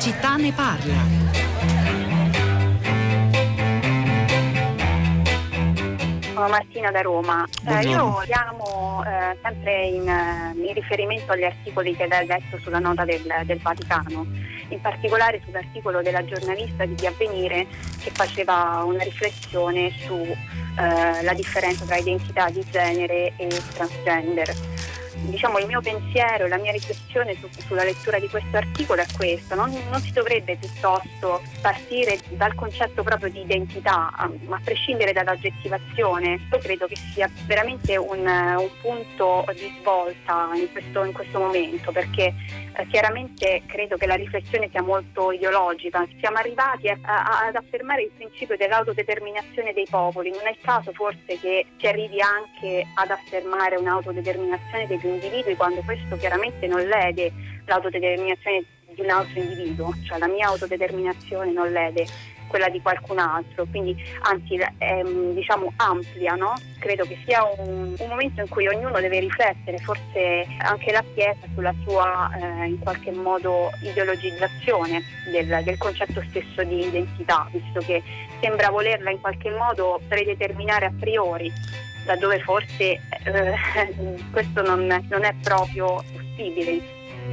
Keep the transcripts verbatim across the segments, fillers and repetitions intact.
città ne parla. Sono Martina da Roma. Eh, io chiamo eh, sempre in, in riferimento agli articoli che lei ha letto sulla nota del, del Vaticano, in particolare sull'articolo della giornalista di Di Avvenire che faceva una riflessione sulla eh, differenza tra identità di genere e transgender. Diciamo, il mio pensiero e la mia riflessione su, sulla lettura di questo articolo è questo: non, non si dovrebbe piuttosto partire dal concetto proprio di identità, a, a prescindere dall'aggettivazione. Io credo che sia veramente un, un punto di svolta in questo, in questo momento, perché eh, chiaramente credo che la riflessione sia molto ideologica. Siamo arrivati a, a, ad affermare il principio dell'autodeterminazione dei popoli. Non è il caso forse che si arrivi anche ad affermare un'autodeterminazione degli individui, quando questo chiaramente non lede l'autodeterminazione di un altro individuo, cioè la mia autodeterminazione non lede quella di qualcun altro, quindi anzi ehm, diciamo amplia, no? Credo che sia un, un momento in cui ognuno deve riflettere, forse anche la Chiesa, sulla sua eh, in qualche modo ideologizzazione del, del concetto stesso di identità, visto che sembra volerla in qualche modo predeterminare a priori, laddove forse eh, questo non, non è proprio possibile.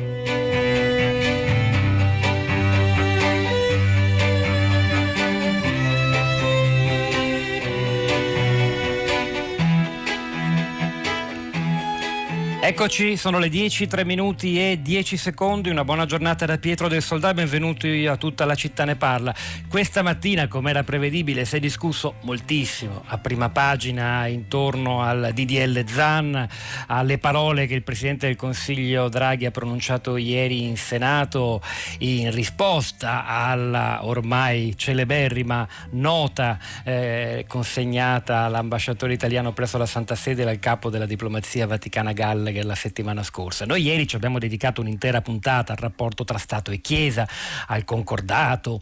Eccoci, sono le dieci, tre minuti e dieci secondi, una buona giornata da Pietro del Soldà, benvenuti a Tutta la città ne parla. Questa mattina, come era prevedibile, si è discusso moltissimo a prima pagina intorno al D D L Zan, alle parole che il Presidente del Consiglio Draghi ha pronunciato ieri in Senato in risposta alla ormai celeberrima nota eh, consegnata all'ambasciatore italiano presso la Santa Sede dal capo della diplomazia vaticana Gallagher la settimana scorsa. Noi ieri ci abbiamo dedicato un'intera puntata al rapporto tra Stato e Chiesa, al concordato,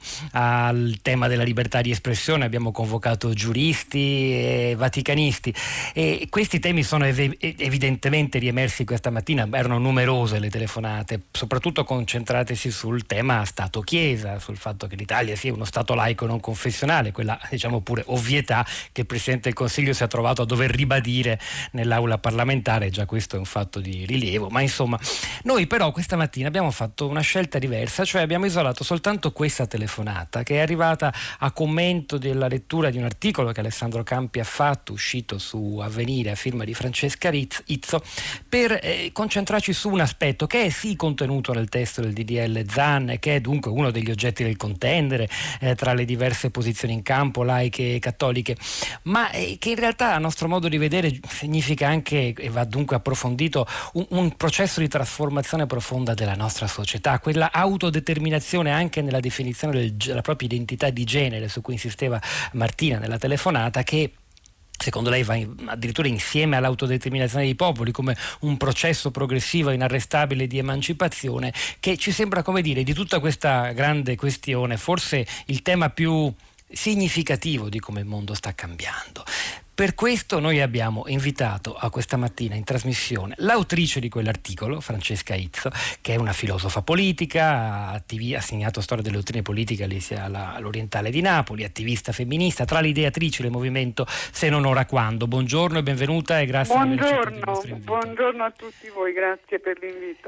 al tema della libertà di espressione, abbiamo convocato giuristi e vaticanisti e questi temi sono ev- evidentemente riemersi questa mattina. Erano numerose le telefonate, soprattutto concentratesi sul tema Stato-Chiesa, sul fatto che l'Italia sia uno Stato laico non confessionale, quella diciamo pure ovvietà che il Presidente del Consiglio si è trovato a dover ribadire nell'aula parlamentare. Già questo è un fatto di rilievo, ma insomma noi però questa mattina abbiamo fatto una scelta diversa, cioè abbiamo isolato soltanto questa telefonata che è arrivata a commento della lettura di un articolo che Alessandro Campi ha fatto, uscito su Avvenire a firma di Francesca Izzo, per eh, concentrarci su un aspetto che è sì contenuto nel testo del D D L Zan, che è dunque uno degli oggetti del contendere eh, tra le diverse posizioni in campo, laiche e cattoliche, ma eh, che in realtà a nostro modo di vedere significa anche, e va dunque approfondito, Un, un processo di trasformazione profonda della nostra società, quella autodeterminazione anche nella definizione del, della propria identità di genere su cui insisteva Martina nella telefonata, che secondo lei va in, addirittura insieme all'autodeterminazione dei popoli, come un processo progressivo e inarrestabile di emancipazione, che ci sembra, come dire, di tutta questa grande questione forse il tema più significativo di come il mondo sta cambiando. Per questo noi abbiamo invitato a questa mattina in trasmissione l'autrice di quell'articolo, Francesca Izzo, che è una filosofa politica, attivi, ha segnato storia delle dottrine politiche all'Orientale di Napoli, attivista femminista, tra le ideatrici del movimento Se non ora quando. Buongiorno e benvenuta e grazie per aver accettato il nostro invito. Buongiorno a tutti voi, grazie per l'invito.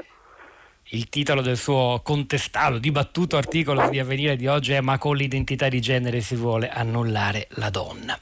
Il titolo del suo contestato, dibattuto articolo di Avvenire di oggi è "Ma con l'identità di genere si vuole annullare la donna".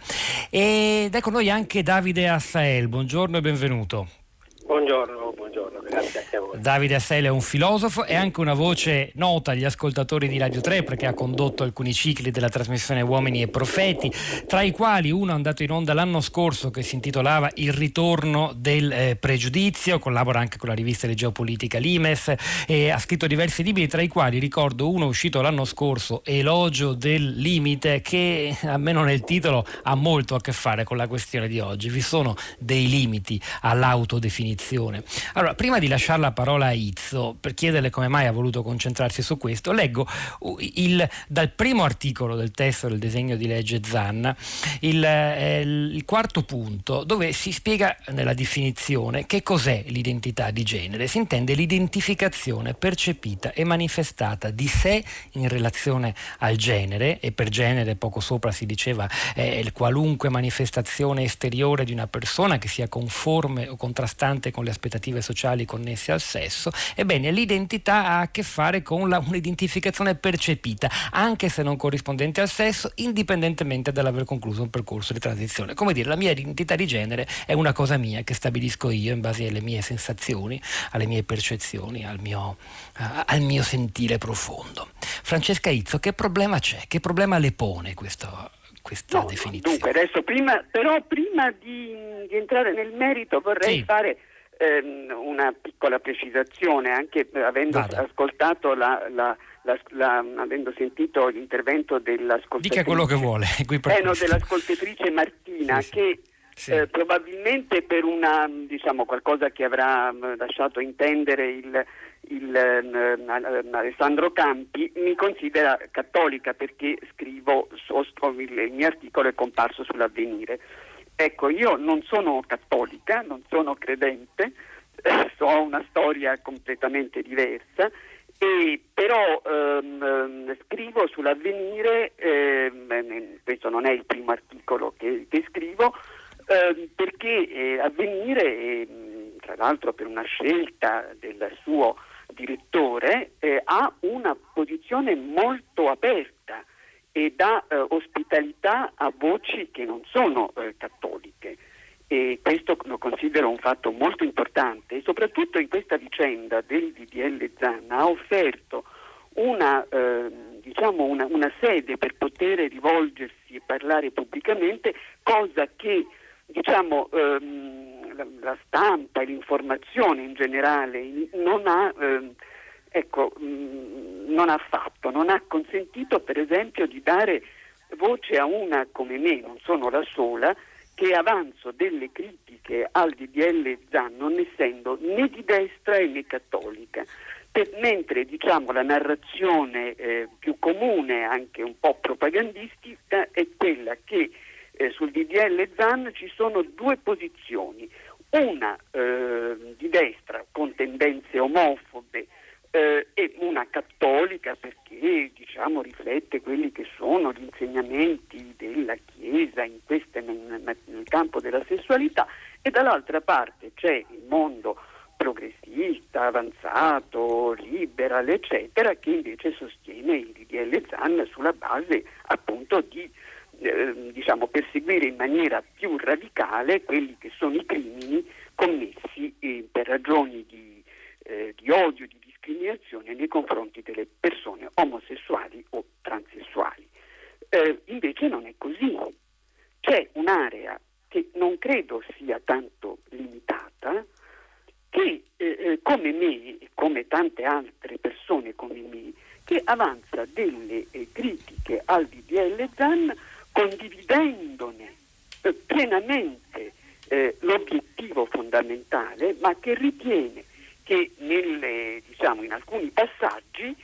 Ed ecco noi anche Davide Assael, buongiorno e benvenuto. Buongiorno, buongiorno, grazie anche a voi. Davide Assael è un filosofo e anche una voce nota agli ascoltatori di Radio tre perché ha condotto alcuni cicli della trasmissione Uomini e Profeti, tra i quali uno è andato in onda l'anno scorso che si intitolava Il ritorno del eh, pregiudizio, collabora anche con la rivista di geopolitica Limes e ha scritto diversi libri, tra i quali ricordo uno uscito l'anno scorso, Elogio del limite, che almeno nel titolo ha molto a che fare con la questione di oggi. Vi sono dei limiti all'autodefinizione. Allora, prima di lasciare la parola a Izzo per chiederle come mai ha voluto concentrarsi su questo, leggo il, dal primo articolo del testo del disegno di legge Zan il, eh, il quarto punto, dove si spiega nella definizione che cos'è l'identità di genere. Si intende l'identificazione percepita e manifestata di sé in relazione al genere, e per genere poco sopra si diceva eh, il qualunque manifestazione esteriore di una persona che sia conforme o contrastante con le aspettative sociali connesse al sesso. Ebbene, l'identità ha a che fare con la, un'identificazione percepita, anche se non corrispondente al sesso, indipendentemente dall'aver concluso un percorso di transizione. Come dire, la mia identità di genere è una cosa mia che stabilisco io in base alle mie sensazioni, alle mie percezioni, al mio, uh, al mio sentire profondo. Francesca Izzo, che problema c'è? Che problema le pone questo, questa no, definizione? Dunque, adesso prima, però prima di, di entrare nel merito vorrei sì. fare ehm, una piccola precisazione, anche avendo Vada. ascoltato la, la, la, la avendo sentito l'intervento dell'ascoltatrice. Dica quello che vuole. Qui per eh, no, dell'ascoltatrice Martina, sì, sì. che Sì. Eh, probabilmente per una, diciamo, qualcosa che avrà mh, lasciato intendere il, il eh, Alessandro Campi, mi considera cattolica perché scrivo, so, il, il mio articolo è comparso sull'Avvenire. Ecco, io non sono cattolica, non sono credente, eh, ho una storia completamente diversa, e però ehm, scrivo sull'Avvenire, ehm, questo non è il primo articolo che, che scrivo, Eh, perché eh, Avvenire, eh, tra l'altro per una scelta del suo direttore, eh, ha una posizione molto aperta e dà eh, ospitalità a voci che non sono eh, cattoliche, e questo lo considero un fatto molto importante, e soprattutto in questa vicenda del D D L Zan ha offerto una, eh, diciamo una, una sede per poter rivolgersi e parlare pubblicamente, cosa che diciamo ehm, la, la stampa e l'informazione in generale non ha ehm, ecco mh, non ha fatto, non ha consentito per esempio di dare voce a una come me, non sono la sola, che avanzo delle critiche al D D L Zan non essendo né di destra né cattolica, per, mentre diciamo la narrazione eh, più comune, anche un po' propagandistica, è quella che Eh, sul D D L Zan ci sono due posizioni, una eh, di destra con tendenze omofobe eh, e una cattolica perché diciamo riflette quelli che sono gli insegnamenti della Chiesa in queste, nel, nel campo della sessualità, e dall'altra parte c'è il mondo progressista, avanzato, liberal, eccetera, che invece sostiene il D D L Zan sulla base appunto di Eh, diciamo perseguire in maniera più radicale quelli che sono i crimini commessi eh, per ragioni di, eh, di odio, di discriminazione nei confronti delle persone omosessuali o transessuali. Eh, invece non è così. C'è un'area che non credo sia tanto limitata, che eh, come me e come tante altre persone come me, che avanza delle eh, critiche al D D L Zan, condividendone eh, pienamente eh, l'obiettivo fondamentale, ma che ritiene che nelle, diciamo, in alcuni passaggi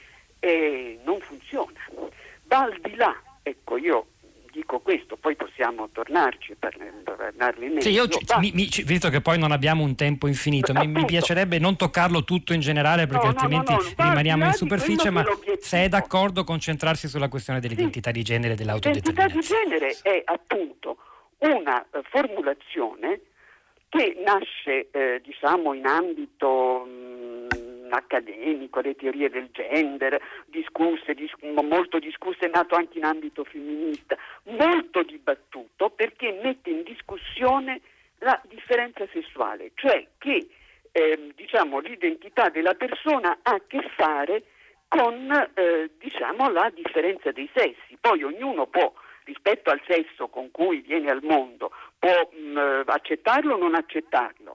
eh, non funziona. Va al di là, ecco, io dico questo, poi possiamo tornarci per parlarne meglio. Sì, io mi, mi, visto che poi non abbiamo un tempo infinito, mi, mi piacerebbe non toccarlo tutto in generale, perché no, altrimenti no, no, no, rimaniamo in superficie, ma se è d'accordo concentrarsi sulla questione dell'identità sì. di genere e dell'autodeterminazione. L'identità di genere è appunto una uh, formulazione che nasce eh, diciamo in ambito mh, accademico, le teorie del gender, discusse, dis- molto discusse, è nato anche in ambito femminista, molto dibattuto perché mette in discussione la differenza sessuale, cioè che eh, diciamo l'identità della persona ha a che fare con eh, diciamo la differenza dei sessi. Poi ognuno può, rispetto al sesso con cui viene al mondo, può mh, accettarlo o non accettarlo,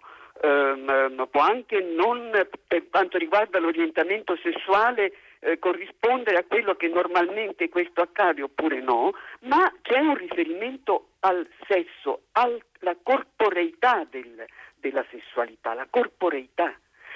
ehm, può anche non, per quanto riguarda l'orientamento sessuale, eh, corrispondere a quello che normalmente questo accade oppure no, ma c'è un riferimento al sesso, alla corporeità del, della sessualità, la corporeità.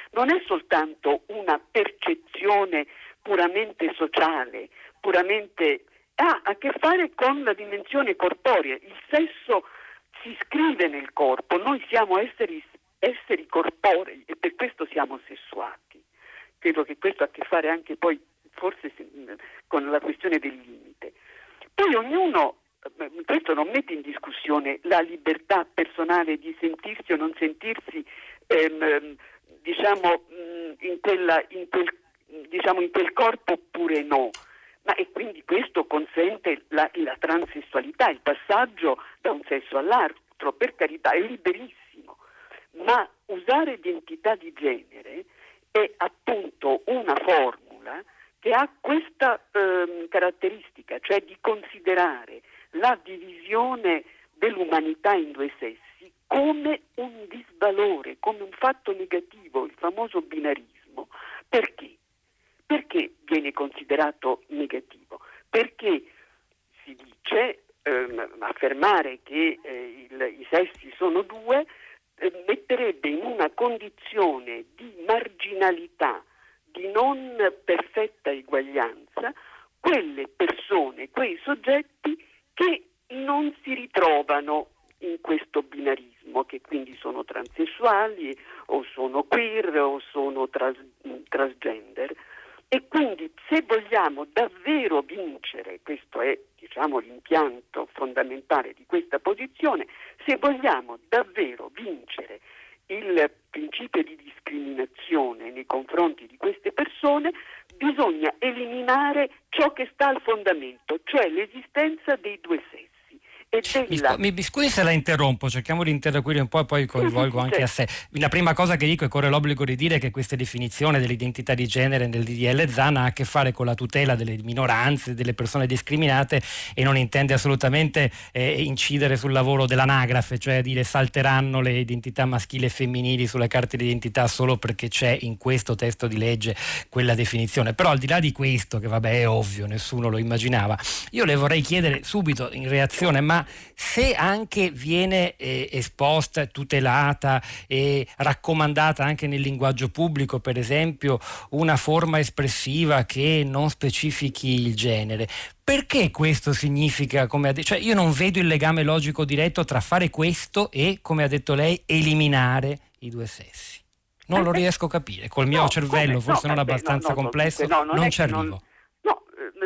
non è soltanto una percezione puramente sociale, puramente ha a che fare con la dimensione corporea. Il sesso si scrive nel corpo, noi siamo esseri, esseri corporei e per questo siamo sessuati. Credo che questo ha a che fare anche poi forse con la questione del limite. Poi ognuno, questo non mette in discussione la libertà personale di sentirsi o non sentirsi ehm, diciamo in quella in quel diciamo in quel corpo oppure no. Ma e quindi questo consente la, la transessualità, il passaggio da un sesso all'altro, per carità, è liberissimo. Ma usare identità di genere è appunto una formula che ha questa ehm, caratteristica, cioè di considerare la divisione dell'umanità in due sessi come un disvalore, come un fatto negativo, il famoso binarismo. Perché? Perché viene considerato negativo? Perché si dice, ehm, affermare che eh, il, i sessi sono due eh, metterebbe in una condizione di marginalità, di non perfetta eguaglianza, quelle persone, quei soggetti che non si ritrovano in questo binarismo, che quindi sono transessuali o sono queer o sono trans, transgender. E quindi se vogliamo davvero vincere, questo è diciamo l'impianto fondamentale di questa posizione, se vogliamo davvero vincere il principio di discriminazione nei confronti di queste persone, bisogna eliminare ciò che sta al fondamento, cioè l'esistenza dei due sessi. E della... mi, mi scusi se la interrompo, cerchiamo di interloquire un po' e poi coinvolgo anche a sé. La prima cosa che dico, e corre l'obbligo di dire, che questa definizione dell'identità di genere nel D D L Zan ha a che fare con la tutela delle minoranze, delle persone discriminate, e non intende assolutamente eh, incidere sul lavoro dell'anagrafe, cioè dire salteranno le identità maschili e femminili sulle carte d'identità solo perché c'è in questo testo di legge quella definizione. Però al di là di questo, che vabbè è ovvio, nessuno lo immaginava, io le vorrei chiedere subito in reazione, ma se anche viene eh, esposta, tutelata e raccomandata anche nel linguaggio pubblico, per esempio, una forma espressiva che non specifichi il genere, perché questo significa, come ha detto, cioè io non vedo il legame logico diretto tra fare questo e, come ha detto lei, eliminare i due sessi. Non lo riesco a capire, col mio no, cervello come? forse no, non abbastanza no, no, complesso, no, non, non ci arrivo. Non, no,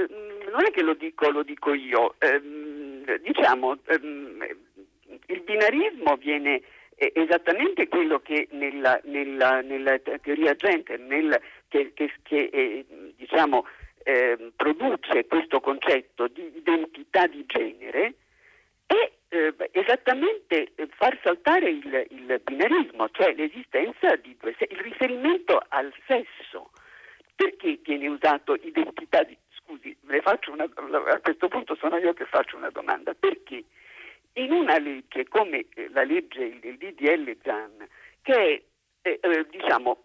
non è che lo dico, lo dico io. Ehm, diciamo, ehm, il binarismo viene eh, esattamente quello che nella, nella, nella teoria gender, nel, che, che, che eh, diciamo, eh, produce questo concetto di identità di genere, è eh, esattamente far saltare il, il binarismo, cioè l'esistenza di due sessi, il riferimento al sesso. Perché viene usato identità di Scusi, le faccio una, a questo punto sono io che faccio una domanda. Perché in una legge come la legge, il, il D D L Zan, che è, eh, diciamo,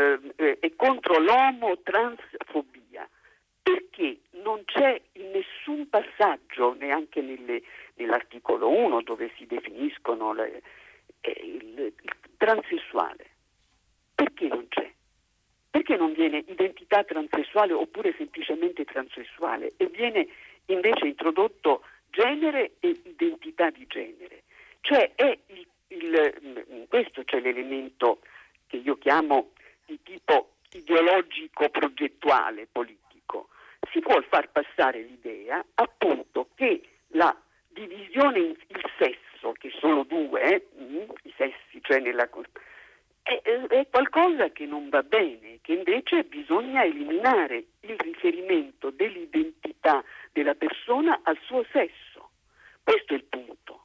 eh, è contro l'omotransfobia, perché non c'è in nessun passaggio, neanche nelle, nell'articolo uno dove si definiscono le, eh, il, il transessuale? Perché non c'è? Perché non viene identità transessuale oppure semplicemente transessuale e viene invece introdotto genere e identità di genere? Cioè è il, il, questo c'è l'elemento che io chiamo di tipo ideologico progettuale politico. Si vuol far passare l'idea appunto che la divisione in il sesso, che sono due, eh, i sessi, cioè nella È, è qualcosa che non va bene, che invece bisogna eliminare il riferimento dell'identità della persona al suo sesso. Questo è il punto.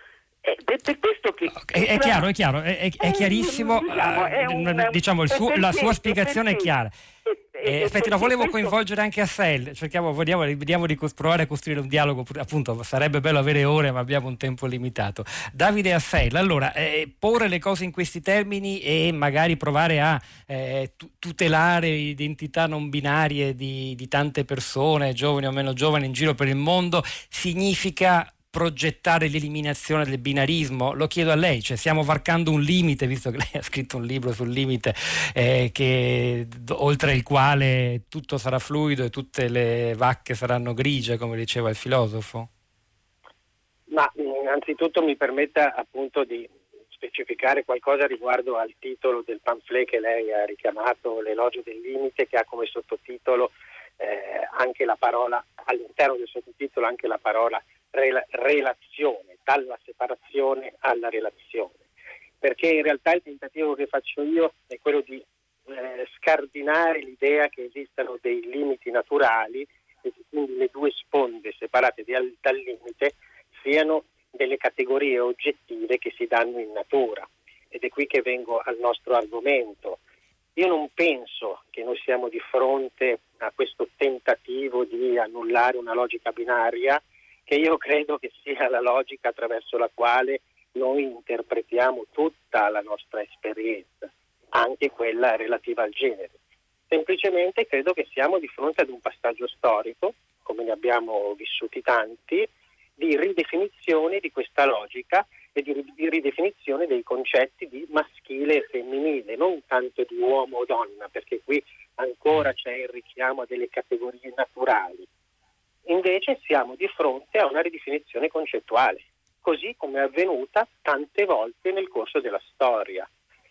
È per questo che è, è chiaro, è chiaro, è, è, è chiarissimo. Diciamo, è un, diciamo il suo, la sua spiegazione è chiara. Eh, aspetti, no, volevo coinvolgere anche Assel, cerchiamo, vediamo, vediamo di provare a costruire un dialogo, appunto sarebbe bello avere ore ma abbiamo un tempo limitato. Davide Assel, allora eh, porre le cose in questi termini e magari provare a eh, tutelare identità non binarie di, di tante persone, giovani o meno giovani, in giro per il mondo, significa progettare l'eliminazione del binarismo? Lo chiedo a lei, cioè stiamo varcando un limite, visto che lei ha scritto un libro sul limite eh, che oltre il quale tutto sarà fluido e tutte le vacche saranno grigie, come diceva il filosofo? Ma innanzitutto mi permetta appunto di specificare qualcosa riguardo al titolo del pamphlet che lei ha richiamato, l'elogio del limite, che ha come sottotitolo eh, anche la parola, all'interno del sottotitolo anche la parola rela- relazione, dalla separazione alla relazione, perché in realtà il tentativo che faccio io è quello di eh, scardinare l'idea che esistano dei limiti naturali e che quindi le due sponde separate di, dal limite siano delle categorie oggettive che si danno in natura. Ed è qui che vengo al nostro argomento. Io non penso che noi siamo di fronte a questo tentativo di annullare una logica binaria, che io credo che sia la logica attraverso la quale noi interpretiamo tutta la nostra esperienza, anche quella relativa al genere. Semplicemente credo che siamo di fronte ad un passaggio storico, come ne abbiamo vissuti tanti, di ridefinizione di questa logica e di, di ridefinizione dei concetti di maschile e femminile, non tanto di uomo o donna, perché qui ancora c'è il richiamo a delle categorie naturali. Invece siamo di fronte a una ridefinizione concettuale, così come è avvenuta tante volte nel corso della storia.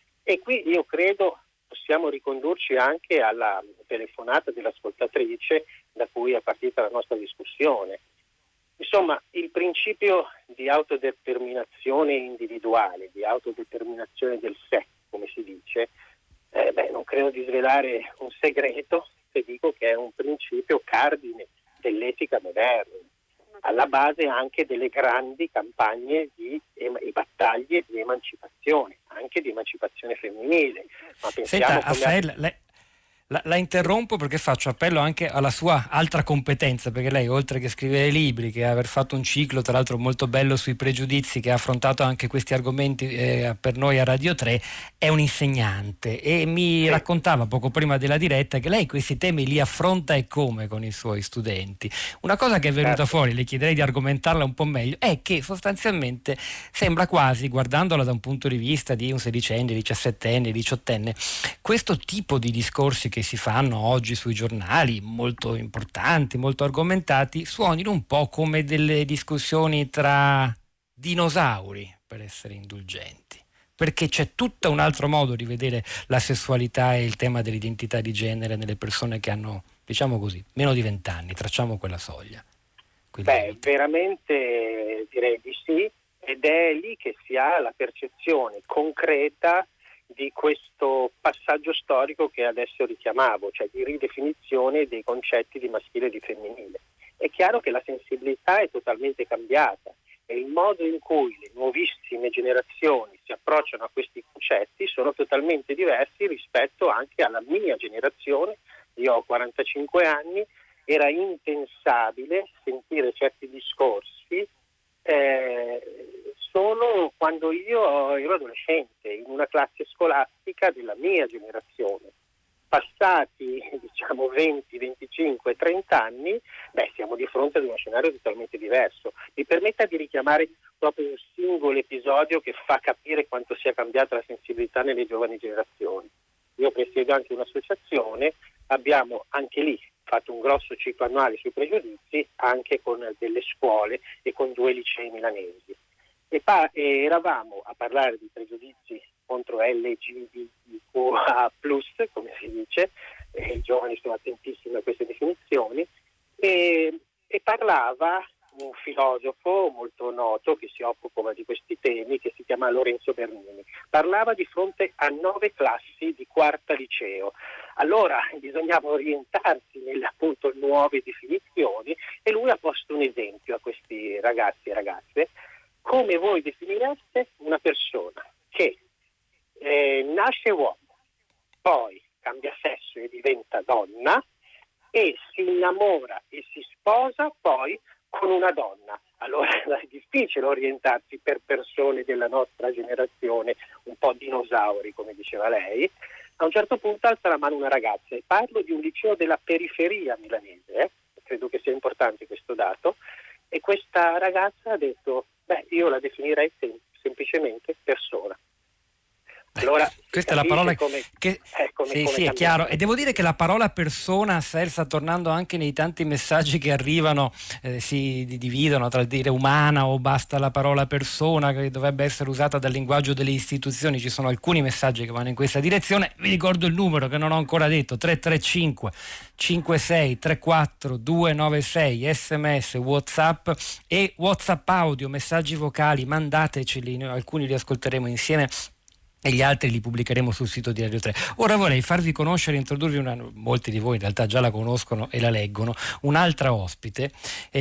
E qui io credo possiamo ricondurci anche alla telefonata dell'ascoltatrice da cui è partita la nostra discussione. Insomma, il principio di autodeterminazione individuale, di autodeterminazione del sé, come si dice, eh, beh, non credo di svelare un segreto se dico che è un principio cardine dell'etica moderna, alla base anche delle grandi campagne di, e, e battaglie di emancipazione, anche di emancipazione femminile. Ma pensiamo Senta, come Raffaella, lei... La, la interrompo perché faccio appello anche alla sua altra competenza, perché lei, oltre che scrivere libri, che aver fatto un ciclo tra l'altro molto bello sui pregiudizi, che ha affrontato anche questi argomenti eh, per noi a Radio tre, è un insegnante e mi sì. raccontava poco prima della diretta che lei questi temi li affronta e come con i suoi studenti. Una cosa che è venuta certo. fuori, le chiederei di argomentarla un po' meglio, è che sostanzialmente sembra quasi, guardandola da un punto di vista di un sedicenne, diciassettenne, diciottenne, questo tipo di discorsi che si fanno oggi sui giornali, molto importanti, molto argomentati, suonino un po' come delle discussioni tra dinosauri, per essere indulgenti, perché c'è tutto un altro modo di vedere la sessualità e il tema dell'identità di genere nelle persone che hanno, diciamo così, meno di vent'anni, tracciamo quella soglia. Beh, limite. veramente direi di sì, ed è lì che si ha la percezione concreta di questo passaggio storico che adesso richiamavo, cioè di ridefinizione dei concetti di maschile e di femminile. È chiaro che la sensibilità è totalmente cambiata e il modo in cui le nuovissime generazioni si approcciano a questi concetti sono totalmente diversi rispetto anche alla mia generazione. Io ho quarantacinque anni, era impensabile sentire certi discorsi eh, solo quando io ero adolescente, in una classe scolastica della mia generazione. Passati diciamo venti, venticinque, trenta anni, beh, siamo di fronte ad uno scenario totalmente diverso. Mi permetta di richiamare proprio un singolo episodio che fa capire quanto sia cambiata la sensibilità nelle giovani generazioni. Io presiedo anche un'associazione, abbiamo anche lì fatto un grosso ciclo annuale sui pregiudizi, anche con delle scuole e con due licei milanesi. E, pa- e eravamo a parlare di pregiudizi contro L G B T Q A plus, come si dice, e i giovani sono attentissimi a queste definizioni, e, e parlava un filosofo molto noto che si occupa di questi temi, che si chiama Lorenzo Bernini. Parlava di fronte a nove classi di quarta liceo. Allora bisognava orientarsi nelle appunto nuove definizioni e lui ha posto un esempio a questi ragazzi e ragazze. Come voi definireste una persona che eh, nasce uomo, poi cambia sesso e diventa donna e si innamora e si sposa poi con una donna? Allora è difficile orientarsi per persone della nostra generazione, un po' dinosauri come diceva lei. A un certo punto alza la mano una ragazza, e parlo di un liceo della periferia milanese, eh? Credo che sia importante questo dato, E questa ragazza ha detto, beh, io la definirei sem- semplicemente persona. Allora, questa è la parola come, che eh, come, sì, come sì, è chiaro, e devo dire che la parola persona, Sel, sta tornando anche nei tanti messaggi che arrivano, eh, si dividono tra il dire umana o basta la parola persona, che dovrebbe essere usata dal linguaggio delle istituzioni. Ci sono alcuni messaggi che vanno in questa direzione. Vi ricordo il numero che non ho ancora detto: tre tre cinque cinque sei tre quattro due nove sei, sms, whatsapp e whatsapp audio, messaggi vocali, mandateceli, noi alcuni li ascolteremo insieme e gli altri li pubblicheremo sul sito di Radio tre. Ora vorrei farvi conoscere, introdurvi una, molti di voi in realtà già la conoscono e la leggono, un'altra ospite,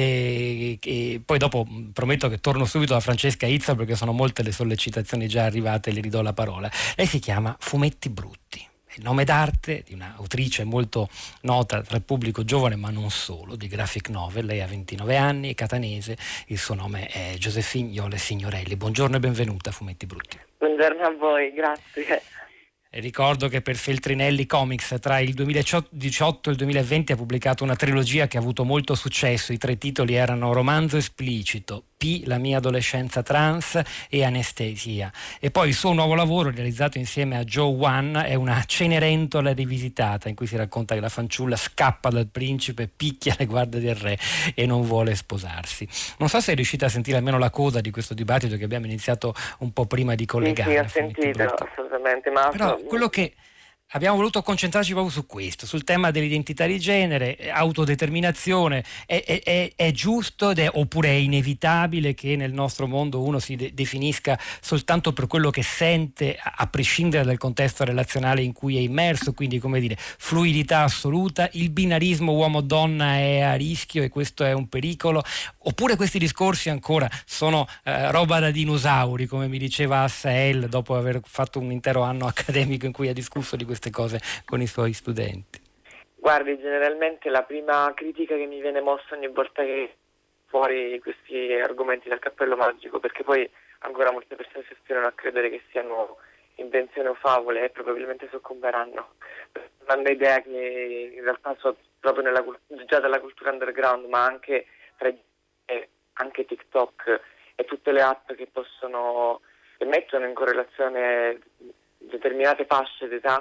e, e poi dopo prometto che torno subito da Francesca Izza perché sono molte le sollecitazioni già arrivate e le ridò la parola. Lei si chiama Fumetti Brutti, è il nome d'arte di un'autrice molto nota tra il pubblico giovane ma non solo, di graphic novel. Lei ha ventinove anni, è catanese, il suo nome è Josephine Iole Signorelli. Buongiorno e benvenuta, Fumetti Brutti. Buongiorno a voi, grazie. E ricordo che per Feltrinelli Comics tra il duemiladiciotto e il duemilaventi ha pubblicato una trilogia che ha avuto molto successo. I tre titoli erano Romanzo esplicito, P, la mia adolescenza trans e Anestesia. E poi il suo nuovo lavoro, realizzato insieme a Joe Wan, è una Cenerentola rivisitata in cui si racconta che la fanciulla scappa dal principe, picchia le guardie del re e non vuole sposarsi. Non so se è riuscita a sentire almeno la coda di questo dibattito che abbiamo iniziato un po' prima di collegare. Sì, sì, ho sentito, assolutamente. Ma però quello che abbiamo voluto concentrarci proprio su questo, sul tema dell'identità di genere, autodeterminazione. È, è, è, è giusto ed è, oppure è inevitabile che nel nostro mondo uno si de- definisca soltanto per quello che sente, a, a prescindere dal contesto relazionale in cui è immerso, quindi come dire, fluidità assoluta, il binarismo uomo-donna è a rischio e questo è un pericolo, oppure questi discorsi ancora sono eh, roba da dinosauri, come mi diceva Assael dopo aver fatto un intero anno accademico in cui ha discusso di queste cose con i suoi studenti? Guardi, generalmente la prima critica che mi viene mossa ogni volta che fuori questi argomenti dal cappello magico, perché poi ancora molte persone si ostinano a credere che siano invenzioni o favole e probabilmente soccomberanno, dando idea che in realtà sono proprio nella, già dalla cultura underground, ma anche tra anche TikTok e tutte le app che possono che mettono in correlazione determinate fasce d'età,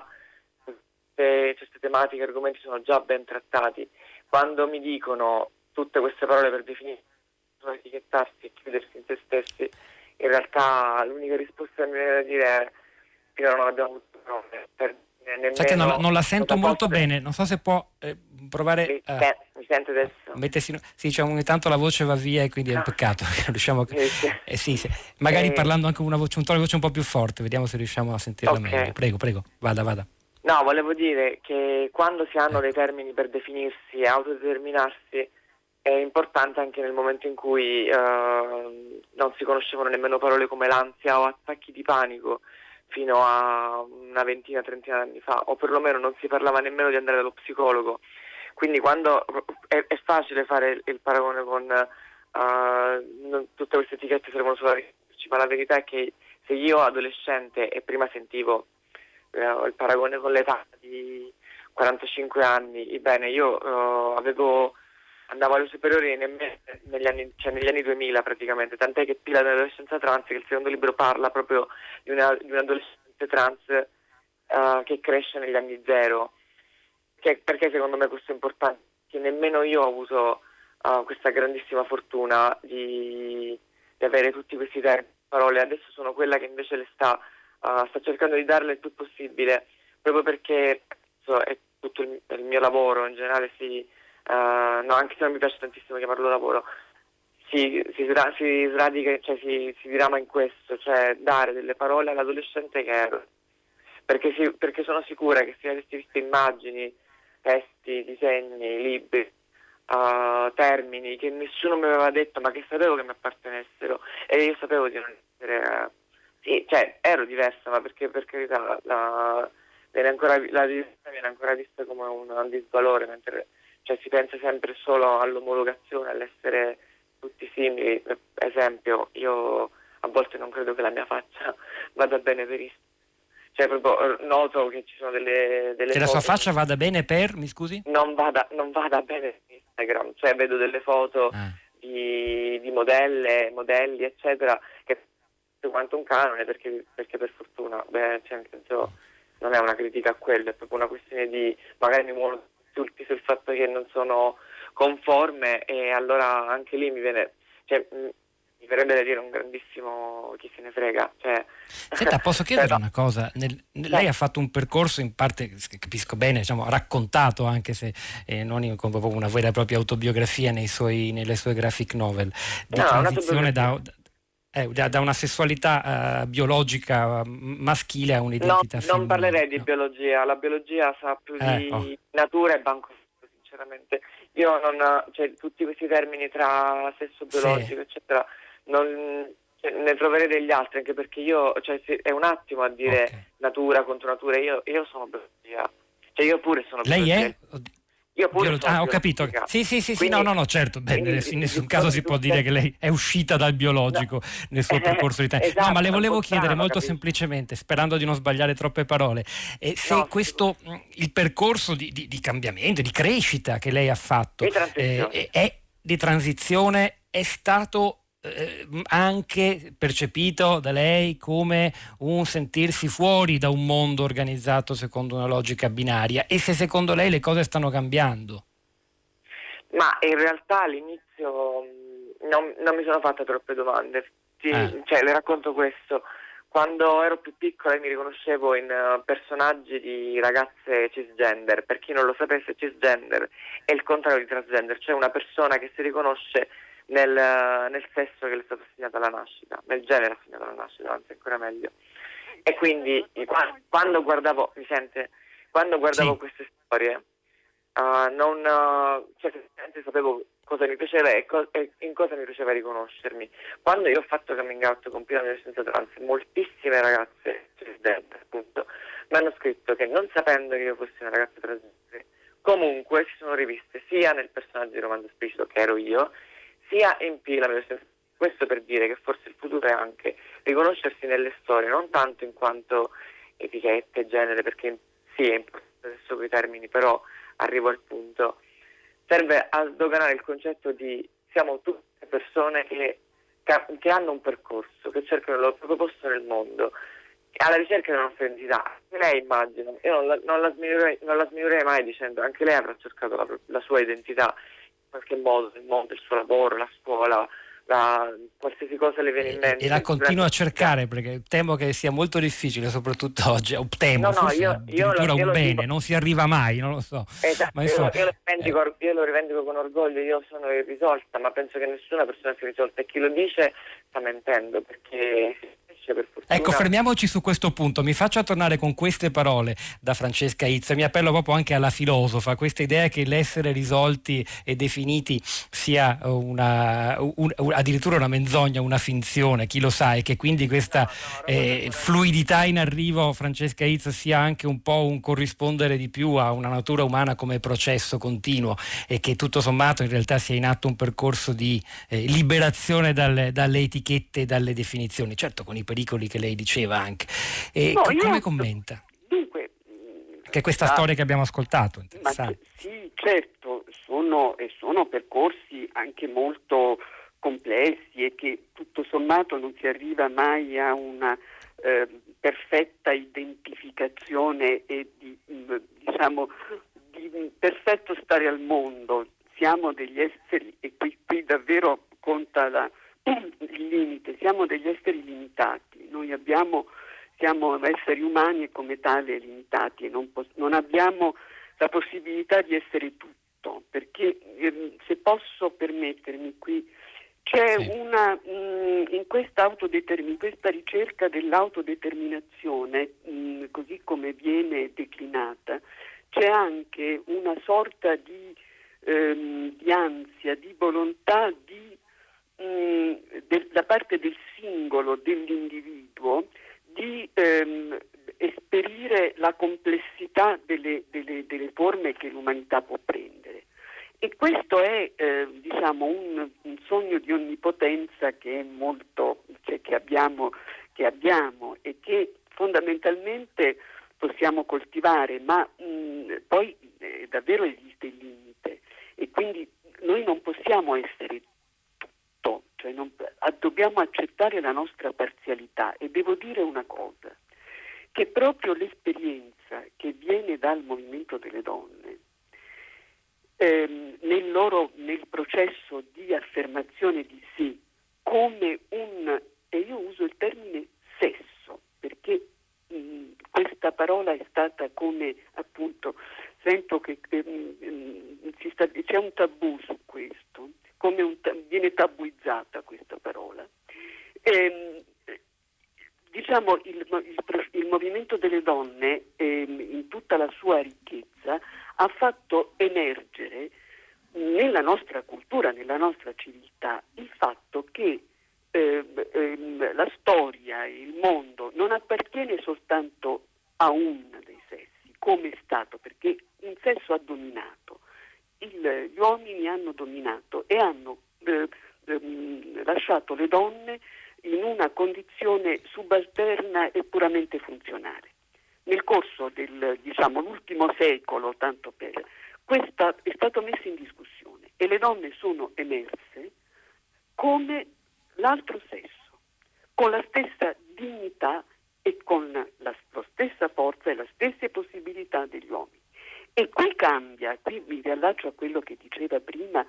queste tematiche, argomenti sono già ben trattati. Quando mi dicono tutte queste parole per definire, etichettarsi e chiudersi in se stessi, in realtà l'unica risposta che mi viene da dire è che non abbiamo avuto parole per nemmeno. Sai che non la, non la sento molto posso... bene, non so se può eh, provare mi, a... eh, mi sente adesso? Mettersi... Sì, cioè, ogni tanto la voce va via e quindi è un peccato. riusciamo... eh, sì, sì. Magari eh... parlando anche una voce, un tono di voce un po' più forte, vediamo se riusciamo a sentirla okay. meglio. Prego, prego, vada, vada. No, volevo dire che quando si hanno dei termini per definirsi e autodeterminarsi è importante anche nel momento in cui uh, non si conoscevano nemmeno parole come l'ansia o attacchi di panico fino a una ventina, trentina di anni fa, o perlomeno non si parlava nemmeno di andare dallo psicologo. Quindi quando è, è facile fare il, il paragone con uh, non, tutte queste etichette servono solo a ricercarci, ma la verità è che se io adolescente e prima sentivo il paragone con l'età di quarantacinque anni, ebbene io uh, avevo andavo alle superiori nemmeno negli anni, cioè negli anni duemila praticamente, tant'è che Pila dell'adolescenza trans, che il secondo libro parla proprio di, una, di un adolescente trans uh, che cresce negli anni zero, che, perché secondo me questo è importante, che nemmeno io ho avuto uh, questa grandissima fortuna di, di avere tutti questi termini, parole, adesso sono quella che invece le sta Uh, sto cercando di darle il più possibile, proprio perché so, è tutto il, il mio lavoro in generale, si, uh, no, anche se non mi piace tantissimo chiamarlo lavoro, si, si, si sradica, cioè si, si dirama in questo, cioè dare delle parole all'adolescente che ero, perché, si, perché sono sicura che se avessi visto immagini, testi, disegni, libri, uh, termini che nessuno mi aveva detto ma che sapevo che mi appartenessero, e io sapevo di non essere... Uh, Sì, cioè ero diversa, ma perché per carità la, viene ancora, la diversità viene ancora vista come un, un disvalore, mentre cioè, si pensa sempre solo all'omologazione, all'essere tutti simili. Per esempio, io a volte non credo che la mia faccia vada bene per Instagram. Cioè proprio noto che ci sono delle, delle che foto... la sua faccia vada bene per, mi scusi? Non vada, non vada bene per Instagram, cioè vedo delle foto... Ah. Di di, di modelle, modelli, eccetera, che è quanto un canone, perché, perché per fortuna, beh, cioè, nel senso, non è una critica a quello, è proprio una questione di magari mi muovono insulti sul fatto che non sono conforme, e allora anche lì mi viene, cioè, mi verrebbe da dire un grandissimo chi se ne frega. Cioè, Senta, posso chiedere però, una cosa? Nel, lei ha fatto un percorso in parte, capisco bene, diciamo, raccontato, anche se eh, non in, come proprio una vera e propria autobiografia nei suoi, nelle sue graphic novel, di no, transizione da, eh, da, da una sessualità uh, biologica maschile a un'identità no, femminile. non parlerei di No. biologia, la biologia sa più Eh, di oh. natura e banco, sinceramente. Io non, cioè, tutti questi termini tra sesso biologico, sì, eccetera, non, cioè, ne troverei degli altri, anche perché io, cioè, è un attimo a dire Okay. natura contro natura, io, io sono biologia, cioè io pure sono Lei biologia. è? Io pure Biolo- sono ah, ho capito. biologica. Sì, sì, sì, sì, Quindi- no, no, no, certo. Beh, quindi in nessun di- caso di- si può di- dire che lei è uscita dal biologico No. nel suo percorso di tempo. Esatto, No, ma le è un volevo po' chiedere strano, molto capisci? semplicemente, sperando di non sbagliare troppe parole, eh, se No, questo mh, il percorso di, di- di cambiamento, di crescita che lei ha fatto, Di transizione. eh, è di transizione, è stato eh, anche percepito da lei come un sentirsi fuori da un mondo organizzato secondo una logica binaria, e se secondo lei le cose stanno cambiando? Ma in realtà all'inizio mh, non, non mi sono fatta troppe domande. Sì, Ah. cioè, le racconto questo. Quando ero più piccola mi riconoscevo in uh, personaggi di ragazze cisgender. Per chi non lo sapesse, cisgender è il contrario di transgender, cioè una persona che si riconosce nel, uh, nel sesso che le è stato assegnato alla nascita, nel genere assegnato alla nascita, anzi ancora meglio. E quindi qua- quando guardavo, mi sente? Quando guardavo Sì. queste storie, Uh, non, uh, cioè, semplicemente sapevo cosa mi piaceva e, co- e in cosa mi piaceva riconoscermi. Quando io ho fatto coming out con piena adolescenza trans, moltissime ragazze cisgender, appunto, mi hanno scritto che, non sapendo che io fossi una ragazza transgender, comunque si sono riviste sia nel personaggio di romanzo esplicito che ero io, sia in P la mia adolescenza. Questo per dire che forse il futuro è anche riconoscersi nelle storie, non tanto in quanto etichette, genere, perché sì, è importante adesso quei termini, però arrivo al punto, serve a sdoganare il concetto di siamo tutte persone che, che hanno un percorso, che cercano il loro proprio posto nel mondo, alla ricerca della nostra identità. Anche lei, immagino, io non la, non la, sminuirei, non la sminuirei mai dicendo, anche lei avrà cercato la, la sua identità in qualche modo, nel mondo, il suo lavoro, la scuola, la, qualsiasi cosa le viene in mente. E la continuo a cercare, perché temo che sia molto difficile, soprattutto oggi, o temo, No, no, forse io- io addirittura lo- io un lo bene, dico- non si arriva mai, non lo so. Esatto, Ma io, insomma, io lo rivendico, eh, io lo rivendico con orgoglio, io sono irrisolta, ma penso che nessuna persona sia risolta, e chi lo dice sta mentendo, perché si riesce per fortuna. Ecco, fermiamoci su questo punto. Mi faccia tornare con queste parole da Francesca Izzo. Mi appello proprio anche alla filosofa, questa idea che l'essere risolti e definiti sia una, un, un, addirittura una menzogna, una finzione, chi lo sa, e che quindi questa No, no, eh, fluidità in arrivo, Francesca Izzo, sia anche un po' un corrispondere di più a una natura umana come processo continuo, e che tutto sommato in realtà sia in atto un percorso di eh, liberazione dalle, dalle etichette e dalle definizioni, certo con i pericoli che lei diceva anche. E No, co- io- come commenta? Dunque, Che questa ah, storia che abbiamo ascoltato, ma interessante. c- sì, certo, sono, e sono percorsi anche molto complessi, e che tutto sommato non si arriva mai a una eh, perfetta identificazione e di, mh, diciamo, di mh, perfetto stare al mondo. Siamo degli esseri, e qui, qui davvero conta la, il limite, siamo degli esseri limitati, noi abbiamo, siamo esseri umani e come tale limitati, e non, pos- non abbiamo la possibilità di essere tutto, perché ehm, se posso permettermi qui, c'è Sì. una, mh, in questa autodetermin- in questa ricerca dell'autodeterminazione, mh, così come viene declinata, c'è anche una sorta di, ehm, di ansia, di volontà di mh, del- da parte del singolo, dell'individuo, di ehm, esperire la complessità delle, delle, delle forme che l'umanità può prendere. E questo è eh, diciamo un, un sogno di onnipotenza che è molto, cioè, che abbiamo, che abbiamo e che fondamentalmente possiamo coltivare, ma mh, poi eh, davvero esiste il limite, e quindi noi non possiamo essere dobbiamo accettare la nostra parzialità, e devo dire una cosa, che proprio l'esperienza che viene dal movimento delle donne ehm, nel loro nel processo di affermazione di sé come un, e io uso il termine sesso, perché mh, questa parola è stata come, appunto, sento che, che mh, si sta, c'è un tabù su questo, come un, viene tabuizzata questa parola. Ehm, diciamo il, il, il movimento delle donne ehm, in tutta la sua ricchezza ha fatto emergere nella nostra cultura, nella nostra civiltà, il fatto che eh, ehm, la storia, il mondo non appartiene soltanto a uno dei sessi, come è stato, perché un sesso ha dominato, il, gli uomini hanno dominato e hanno eh, ehm, lasciato le donne in una condizione subalterna e puramente funzionale. Nel corso del, diciamo, l'ultimo secolo, tanto per, questa è stato messo in discussione e le donne sono emerse come l'altro sesso, con la stessa dignità e con la, la stessa forza e le stesse possibilità degli uomini. E qui cambia, qui mi riallaccio a quello che diceva prima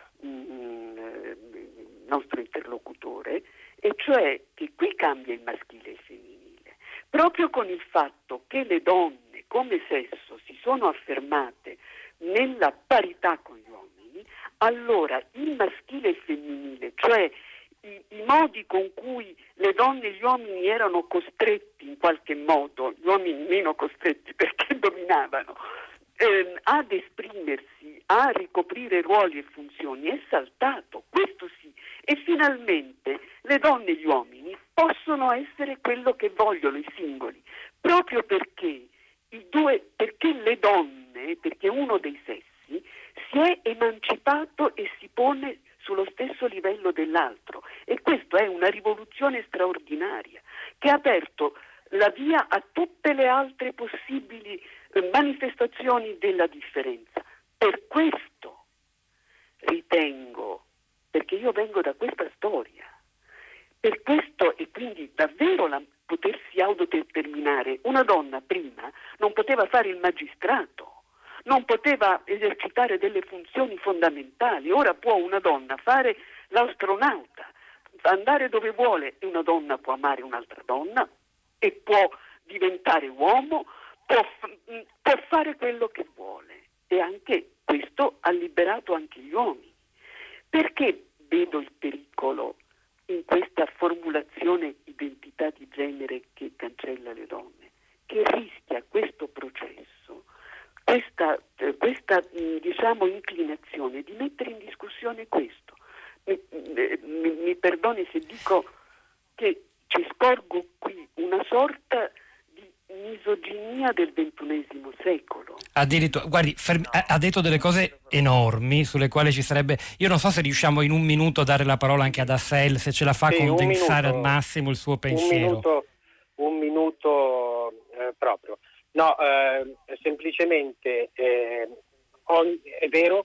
mm, il nostro interlocutore, e cioè che qui cambia il maschile e il femminile, proprio con il fatto che le donne come sesso si sono affermate nella parità con gli uomini, allora il maschile e il femminile, cioè i, i modi con cui le donne e gli uomini erano costretti in qualche modo, gli uomini meno costretti perché dominavano, eh, ad esprimersi, a ricoprire ruoli e funzioni, è saltato, questo sì, e finalmente le donne e gli uomini possono essere quello che vogliono, i singoli, proprio perché i due, perché le donne, perché uno dei sessi si è emancipato e si pone sullo stesso livello dell'altro, e questa è una rivoluzione straordinaria che ha aperto la via a tutte le altre possibili eh, manifestazioni della differenza. Per questo ritengo, perché io vengo da questa storia, per questo, e quindi davvero la, potersi autodeterminare, una donna prima non poteva fare il magistrato, non poteva esercitare delle funzioni fondamentali, ora può una donna fare l'astronauta, andare dove vuole, e una donna può amare un'altra donna e può diventare uomo, può, può fare quello che vuole, e anche questo ha liberato anche gli uomini. Perché vedo il pericolo in questa formulazione identità di genere che cancella le donne? Che rischia questo processo, questa, eh, questa diciamo inclinazione di mettere in discussione questo. Mi, mi, mi perdoni se dico che ci scorgo qui una sorta di misoginia del ventunesimo secolo. Addirittura, guardi, fermi, ha, ha detto delle cose enormi sulle quali ci sarebbe, io non so se riusciamo in un minuto a dare la parola anche ad Assel, se ce la fa, sì, condensare minuto, al massimo il suo pensiero. Un minuto, un minuto eh, proprio. No, eh, semplicemente eh, on, è vero,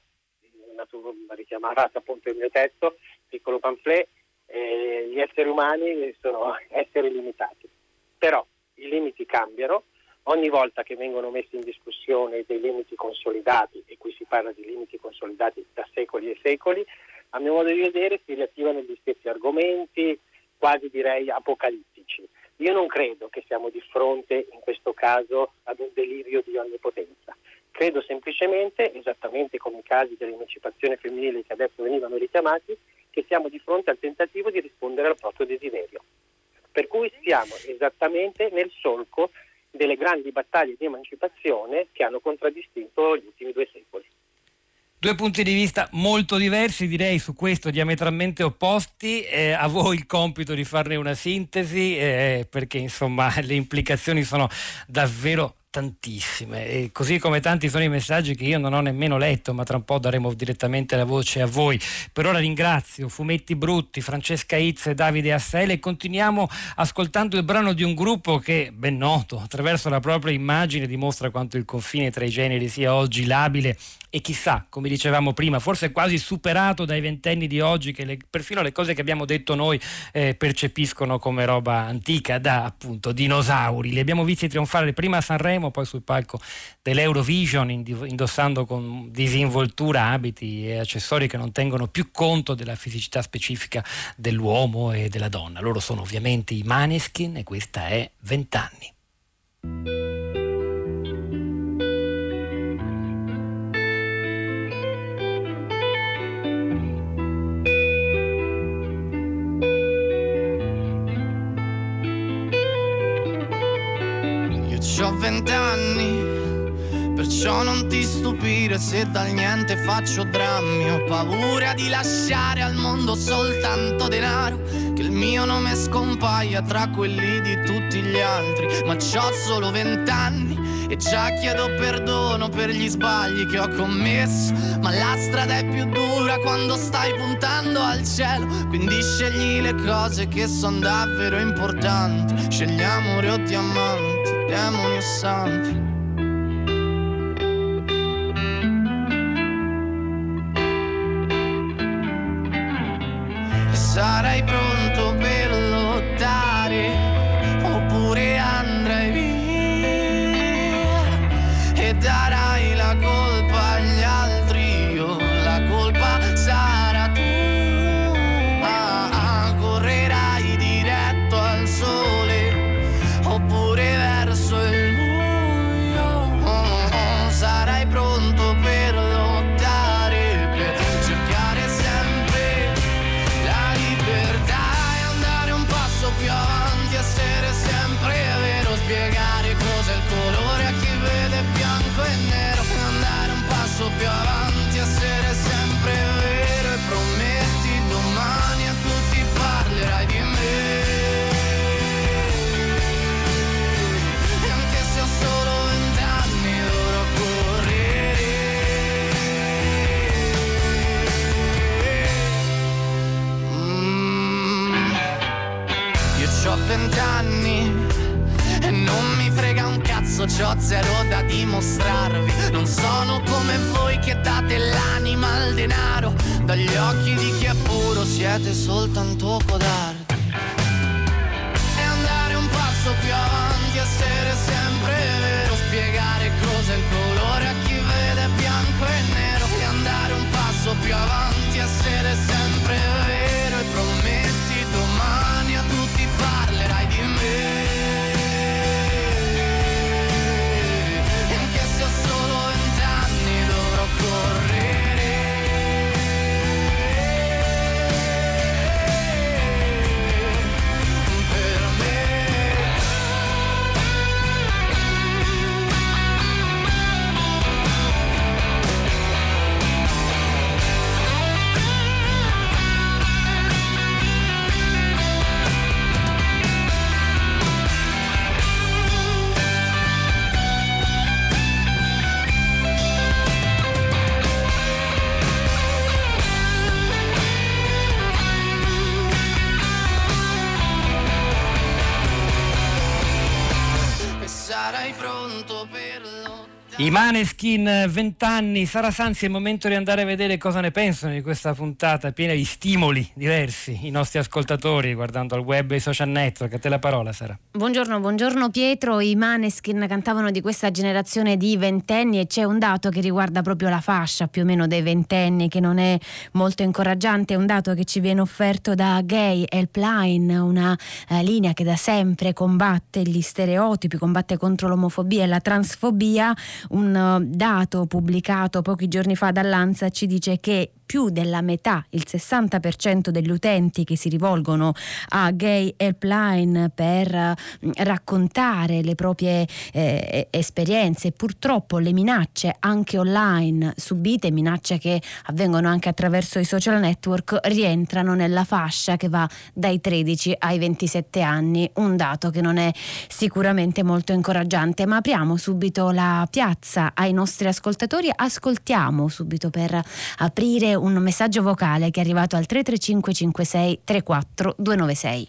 richiamava appunto il mio testo, piccolo pamphlet, eh, gli esseri umani sono esseri limitati, però i limiti cambiano. Ogni volta che vengono messi in discussione dei limiti consolidati, e qui si parla di limiti consolidati da secoli e secoli, a mio modo di vedere si riattivano gli stessi argomenti, quasi direi apocalittici. Io non credo che siamo di fronte in questo caso ad un delirio di onnipotenza. Credo semplicemente, esattamente come i casi dell'emancipazione femminile che adesso venivano richiamati, che siamo di fronte al tentativo di rispondere al proprio desiderio. Per cui siamo esattamente nel solco delle grandi battaglie di emancipazione che hanno contraddistinto gli ultimi due secoli. Due punti di vista molto diversi, direi su questo diametralmente opposti. Eh, a voi il compito di farne una sintesi, eh, perché insomma le implicazioni sono davvero tantissime, e così come tanti sono i messaggi che io non ho nemmeno letto, ma tra un po' daremo direttamente la voce a voi. Per ora ringrazio Fumetti Brutti, Francesca Izzo e Davide Assele, e continuiamo ascoltando il brano di un gruppo che, ben noto, attraverso la propria immagine dimostra quanto il confine tra i generi sia oggi labile e chissà, come dicevamo prima, forse quasi superato dai ventenni di oggi, che le, perfino le cose che abbiamo detto noi eh, percepiscono come roba antica, da appunto dinosauri. Li abbiamo visti trionfare prima a Sanremo, poi sul palco dell'Eurovision, indossando con disinvoltura abiti e accessori che non tengono più conto della fisicità specifica dell'uomo e della donna. Loro sono ovviamente i Maneskin e questa è Vent'anni. C'ho vent'anni, perciò non ti stupire se dal niente faccio drammi. Ho paura di lasciare al mondo soltanto denaro, che il mio nome scompaia tra quelli di tutti gli altri. Ma c'ho solo vent'anni e già chiedo perdono per gli sbagli che ho commesso. Ma la strada è più dura quando stai puntando al cielo, quindi scegli le cose che sono davvero importanti. Scegli amore o diamanti, demoni o santi. E sarai pronto per lottare, oppure andrai via e darai la colpa agli altri. Io la colpa sarà tua. Correrai diretto al sole, oppure verso il buio. Sarai pronto per lottare, per cercare sempre la libertà e andare un passo più avanti, essere sempre vero, spiegare cos'è il colore a chi vede bianco e nero. Andare un passo più avanti, essere sempre vero, e prometti domani a tutti parlerai di me. C'ho vent'anni e non mi frega un cazzo, c'ho zero da dimostrarvi. Non sono come voi che date l'anima al denaro, dagli occhi di chi è puro siete soltanto codardi. E andare un passo più avanti, essere sempre vero, spiegare cos'è il colore a chi vede bianco e nero. E andare un passo più avanti, essere sempre vero, e prometti domani a tutti parlerai di me. E anche se ho solo vent'anni dovrò correre per me. Sarai pronto per lo... I Maneskin, vent'anni. Sara Sanzi, è il momento di andare a vedere cosa ne pensano di questa puntata piena di stimoli diversi i nostri ascoltatori, guardando al web e ai social network. A te la parola, Sara. Buongiorno, buongiorno Pietro. I Maneskin cantavano di questa generazione di ventenni e c'è un dato che riguarda proprio la fascia più o meno dei ventenni che non è molto incoraggiante. È un dato che ci viene offerto da Gay Helpline, una eh, linea che da sempre combatte gli stereotipi, combatte contro l'omofobia e la transfobia. Un dato pubblicato pochi giorni fa dall'ANSA ci dice che più più della metà, il sessanta per cento degli utenti che si rivolgono a Gay Helpline per eh, raccontare le proprie eh, esperienze, purtroppo le minacce anche online subite, minacce che avvengono anche attraverso i social network, rientrano nella fascia che va dai tredici ai ventisette anni, un dato che non è sicuramente molto incoraggiante. Ma apriamo subito la piazza ai nostri ascoltatori, ascoltiamo subito per aprire un messaggio vocale che è arrivato al tre tre cinque cinque sei tre quattro due nove sei.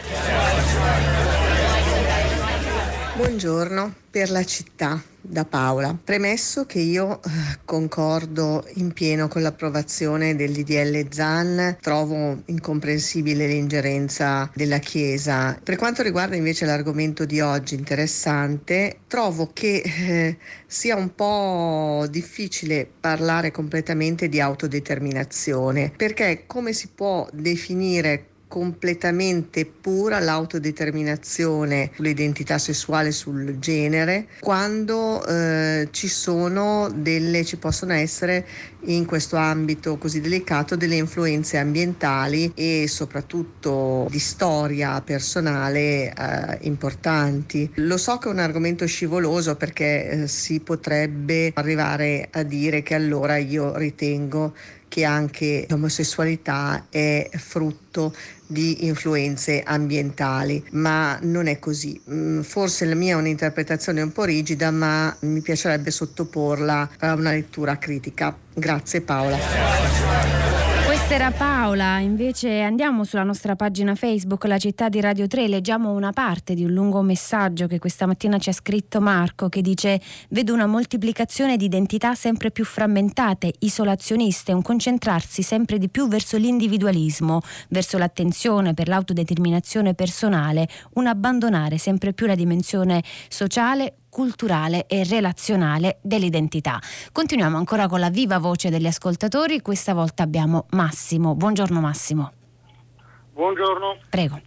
Buongiorno, per la città, da Paola. Premesso che io eh, concordo in pieno con l'approvazione del D D L Zan, trovo incomprensibile l'ingerenza della Chiesa. Per quanto riguarda invece l'argomento di oggi, interessante, trovo che eh, sia un po' difficile parlare completamente di autodeterminazione, perché come si può definire completamente pura l'autodeterminazione sull'identità sessuale, sul genere, quando eh, ci sono delle, ci possono essere in questo ambito così delicato delle influenze ambientali e soprattutto di storia personale eh, importanti. Lo so che è un argomento scivoloso, perché eh, si potrebbe arrivare a dire che allora io ritengo che anche l'omosessualità è frutto di influenze ambientali, ma non è così. Forse la mia è un'interpretazione un po' rigida, ma mi piacerebbe sottoporla a una lettura critica. Grazie Paola. Questa era Paola. Invece andiamo sulla nostra pagina Facebook, La Città di Radio tre, leggiamo una parte di un lungo messaggio che questa mattina ci ha scritto Marco, che dice: vedo una moltiplicazione di identità sempre più frammentate, isolazioniste, un concentrarsi sempre di più verso l'individualismo, verso l'attenzione per l'autodeterminazione personale, un abbandonare sempre più la dimensione sociale, culturale e relazionale dell'identità. Continuiamo ancora con la viva voce degli ascoltatori, questa volta abbiamo Massimo. Buongiorno Massimo. Buongiorno. Prego.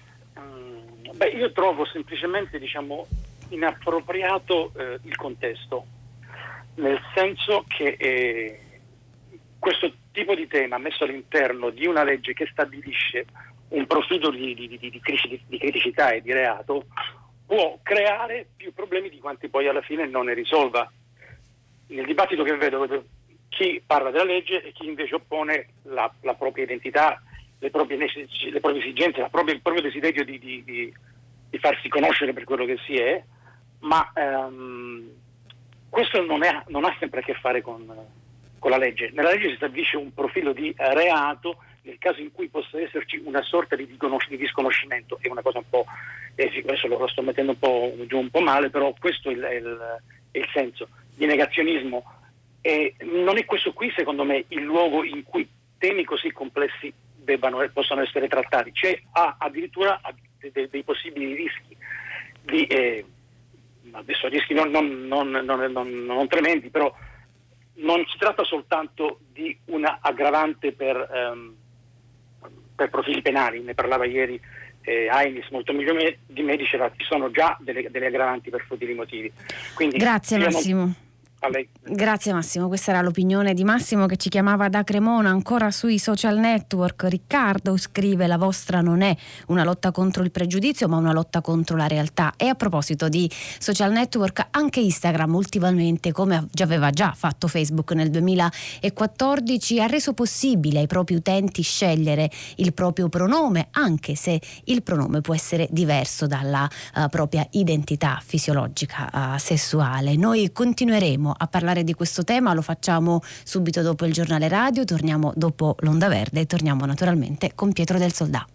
Mm, beh, io trovo semplicemente, diciamo, inappropriato eh, il contesto, nel senso che eh, questo tipo di tema messo all'interno di una legge che stabilisce un profilo di, di, di, di, di criticità e di reato può creare più problemi di quanti poi alla fine non ne risolva. Nel dibattito che vedo, vedo chi parla della legge e chi invece oppone la, la propria identità, le proprie, le proprie esigenze, la propria, il proprio desiderio di, di, di, di farsi conoscere per quello che si è, ma ehm, questo non, è, non ha sempre a che fare con, con la legge. Nella legge si stabilisce un profilo di reato nel caso in cui possa esserci una sorta di, di disconoscimento. È una cosa un po', eh, adesso lo sto mettendo un po' giù un po' male, però questo è il, è il, è il senso di negazionismo. E non è questo qui, secondo me, il luogo in cui temi così complessi debbano e possano essere trattati. C'è ah, addirittura dei, dei possibili rischi di eh, adesso rischi non, non, non, non, non, non tremendi, però non si tratta soltanto di una aggravante per ehm, per profili penali, ne parlava ieri eh, Ainis molto meglio me, di me, diceva ci sono già delle, delle aggravanti per futili motivi. Quindi, grazie Massimo. Non... A lei. Grazie Massimo, questa era l'opinione di Massimo che ci chiamava da Cremona. Ancora sui social network Riccardo scrive: la vostra non è una lotta contro il pregiudizio ma una lotta contro la realtà. E a proposito di social network, anche Instagram ultimamente, come già aveva già fatto Facebook nel duemilaquattordici, ha reso possibile ai propri utenti scegliere il proprio pronome, anche se il pronome può essere diverso dalla uh, propria identità fisiologica uh, sessuale. Noi continueremo a parlare di questo tema, lo facciamo subito dopo il giornale radio, torniamo dopo l'Onda Verde e torniamo naturalmente con Pietro del Soldà.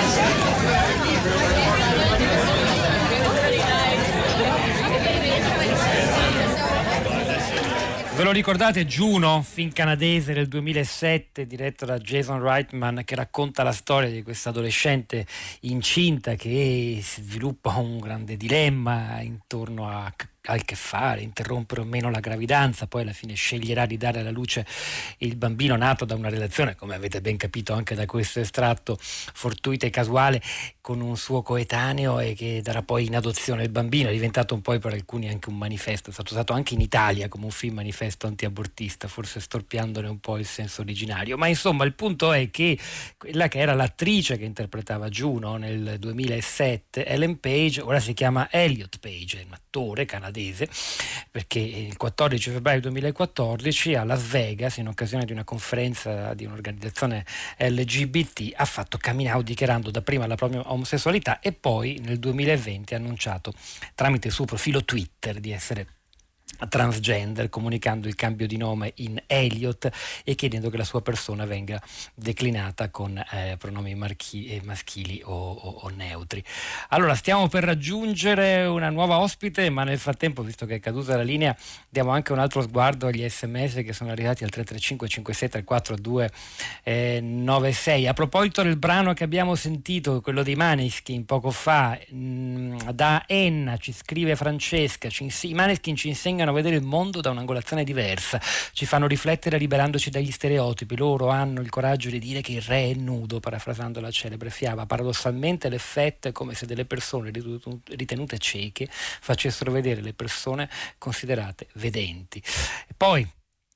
Ve lo ricordate Juno, film canadese del duemilasette diretto da Jason Reitman, che racconta la storia di questa adolescente incinta che sviluppa un grande dilemma intorno a ha a che fare, interrompere o meno la gravidanza, poi alla fine sceglierà di dare alla luce il bambino nato da una relazione, come avete ben capito anche da questo estratto, fortuita e casuale con un suo coetaneo, e che darà poi in adozione il bambino. È diventato un po' per alcuni anche un manifesto, è stato usato anche in Italia come un film manifesto antiabortista, forse storpiandone un po' il senso originario. Ma insomma il punto è che quella che era l'attrice che interpretava Juno nel duemilasette, Ellen Page, ora si chiama Elliot Page, è un attore canadese, perché il quattordici febbraio duemilaquattordici a Las Vegas, in occasione di una conferenza di un'organizzazione L G B T, ha fatto coming out dichiarando dapprima la propria omosessualità e poi nel duemilaventi ha annunciato tramite il suo profilo Twitter di essere transgender, comunicando il cambio di nome in Elliot e chiedendo che la sua persona venga declinata con eh, pronomi marchi- eh, maschili o, o, o neutri. Allora, stiamo per raggiungere una nuova ospite, ma nel frattempo, visto che è caduta la linea, diamo anche un altro sguardo agli sms che sono arrivati al tre tre cinque cinque sei tre quattro due nove sei. A proposito del brano che abbiamo sentito, quello dei Maneskin poco fa, mh, da Enna ci scrive Francesca, ci ins- i Maneskin ci insegnano a vedere il mondo da un'angolazione diversa, ci fanno riflettere liberandoci dagli stereotipi. Loro hanno il coraggio di dire che il re è nudo, parafrasando la celebre fiaba. Paradossalmente l'effetto è come se delle persone ritenute cieche facessero vedere le persone considerate vedenti. E poi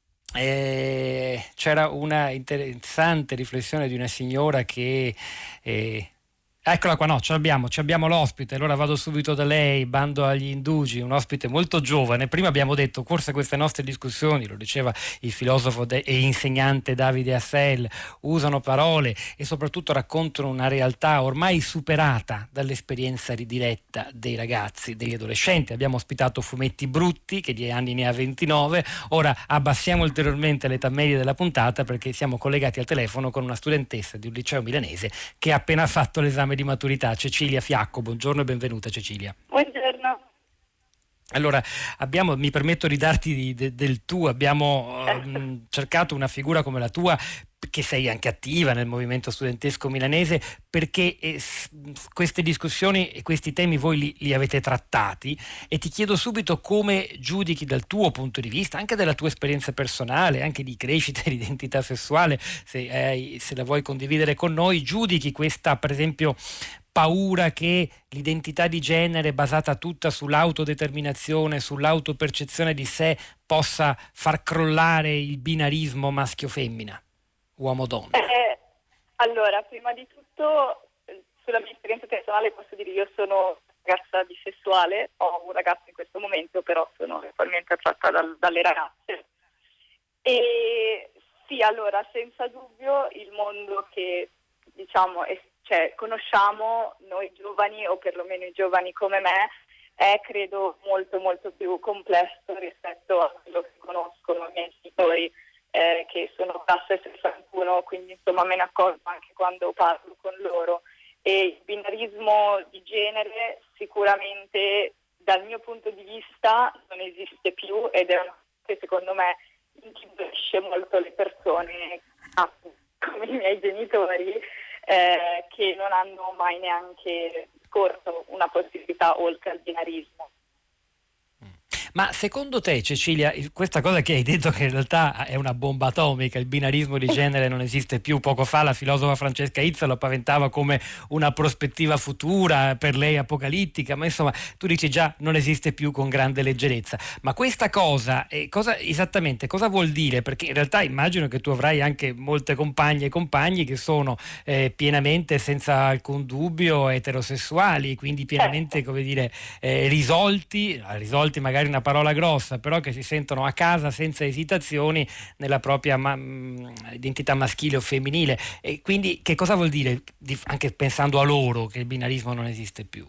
eh, c'era una interessante riflessione di una signora che eh, eccola qua, no, ce l'abbiamo, ci abbiamo l'ospite, allora vado subito da lei, bando agli indugi, un ospite molto giovane. Prima abbiamo detto, forse queste nostre discussioni, lo diceva il filosofo de- e insegnante Davide Assel, usano parole e soprattutto raccontano una realtà ormai superata dall'esperienza ridiretta dei ragazzi, degli adolescenti. Abbiamo ospitato Fumetti Brutti, che di anni ne ha ventinove, ora abbassiamo ulteriormente l'età media della puntata perché siamo collegati al telefono con una studentessa di un liceo milanese che ha appena fatto l'esame di maturità, Cecilia Fiacco. Buongiorno e benvenuta, Cecilia. Buongiorno. Allora, abbiamo, mi permetto di darti di, de, del tu, abbiamo um, cercato una figura come la tua, che sei anche attiva nel movimento studentesco milanese, perché eh, queste discussioni e questi temi voi li, li avete trattati, e ti chiedo subito come giudichi dal tuo punto di vista, anche della tua esperienza personale, anche di crescita e di identità sessuale, se, eh, se la vuoi condividere con noi, giudichi questa, per esempio, paura che l'identità di genere basata tutta sull'autodeterminazione, sull'autopercezione di sé, possa far crollare il binarismo maschio-femmina, uomo-donna? Eh, allora, prima di tutto, sulla mia esperienza personale posso dire, io sono ragazza bisessuale, ho un ragazzo in questo momento, però sono attualmente attratta dal, dalle ragazze. E sì, allora, senza dubbio il mondo che, diciamo, è Cioè, conosciamo noi giovani, o perlomeno i giovani come me, è credo molto molto più complesso rispetto a quello che conoscono i miei genitori, eh, che sono classe sessantuno, quindi insomma me ne accorgo anche quando parlo con loro. E il binarismo di genere sicuramente dal mio punto di vista non esiste più, ed è una cosa che secondo me intimorisce molto le persone, come i miei genitori, Eh, che non hanno mai neanche scorso una possibilità oltre al binarismo. Ma secondo te, Cecilia, questa cosa che hai detto, che in realtà è una bomba atomica, il binarismo di genere non esiste più, poco fa la filosofa Francesca Izza lo paventava come una prospettiva futura, per lei apocalittica, ma insomma tu dici già non esiste più con grande leggerezza. Ma questa cosa, eh, cosa esattamente cosa vuol dire? Perché in realtà immagino che tu avrai anche molte compagne e compagni che sono eh, pienamente, senza alcun dubbio, eterosessuali, quindi pienamente, come dire, eh, risolti, risolti magari una parola grossa, però che si sentono a casa senza esitazioni nella propria ma- identità maschile o femminile. E quindi che cosa vuol dire, anche pensando a loro, che il binarismo non esiste più?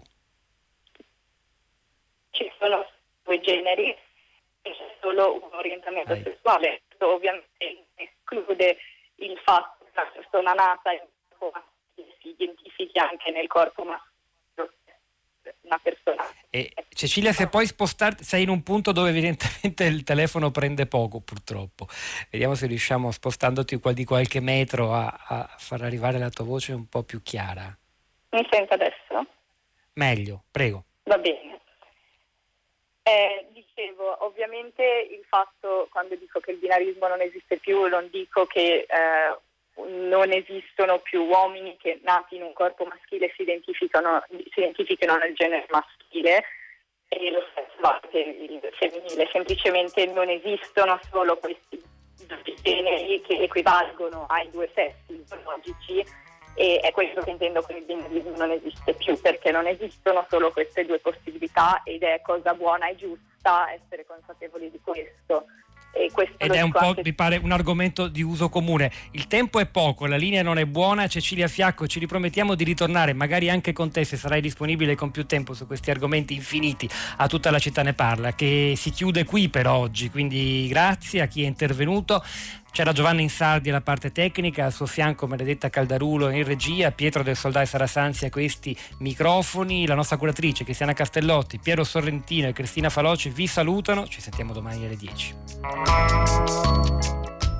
Ci sono due generi e c'è solo un orientamento Vai. sessuale. Questo ovviamente esclude il fatto che una persona nata in un corpo maschile si identifichi anche nel corpo maschile una persona. E Cecilia, se puoi spostarti, sei in un punto dove evidentemente il telefono prende poco, purtroppo. Vediamo se riusciamo, spostandoti di qualche metro, a, a far arrivare la tua voce un po' più chiara. Mi sento adesso? Meglio, prego. Va bene. Eh, dicevo, ovviamente il fatto, quando dico che il binarismo non esiste più, non dico che eh, non esistono più uomini che nati in un corpo maschile si identificano, si identificano nel genere maschile, e lo stesso anche il femminile, semplicemente non esistono solo questi due generi che equivalgono ai due sessi biologici, e è questo che intendo con il binarismo non esiste più, perché non esistono solo queste due possibilità, ed è cosa buona e giusta essere consapevoli di questo. E questo Ed è un po', anche... mi pare, un argomento di uso comune. Il tempo è poco, la linea non è buona. Cecilia Fiacco, ci ripromettiamo di ritornare, magari anche con te, se sarai disponibile con più tempo, su questi argomenti infiniti. A tutta la città ne parla, che si chiude qui per oggi, quindi grazie a chi è intervenuto. C'era Giovanna Insardi alla parte tecnica, al suo fianco Benedetta Caldarulo in regia, Pietro del Soldà e Sara Sanzi a questi microfoni, la nostra curatrice Cristiana Castellotti, Piero Sorrentino e Cristina Faloci vi salutano, ci sentiamo domani alle dieci.